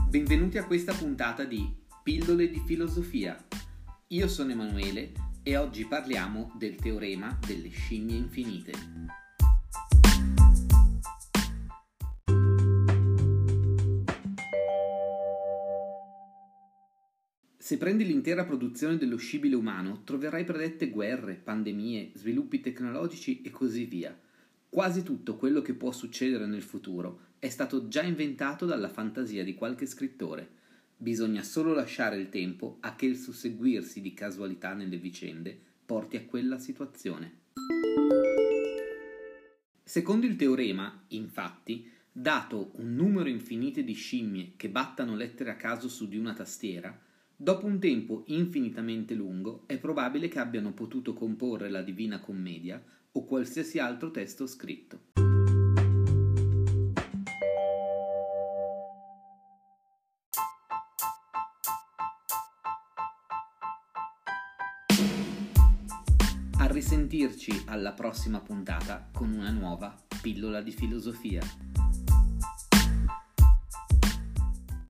Benvenuti a questa puntata di Pillole di filosofia. Io sono Emanuele e oggi parliamo del teorema delle scimmie infinite. Se prendi l'intera produzione dello scibile umano, troverai predette guerre, pandemie, sviluppi tecnologici e così via. Quasi tutto quello che può succedere nel futuro è stato già inventato dalla fantasia di qualche scrittore. Bisogna solo lasciare il tempo a che il susseguirsi di casualità nelle vicende porti a quella situazione. Secondo il teorema, infatti, dato un numero infinito di scimmie che battano lettere a caso su di una tastiera, dopo un tempo infinitamente lungo è probabile che abbiano potuto comporre la Divina Commedia o qualsiasi altro testo scritto. A risentirci alla prossima puntata con una nuova pillola di filosofia.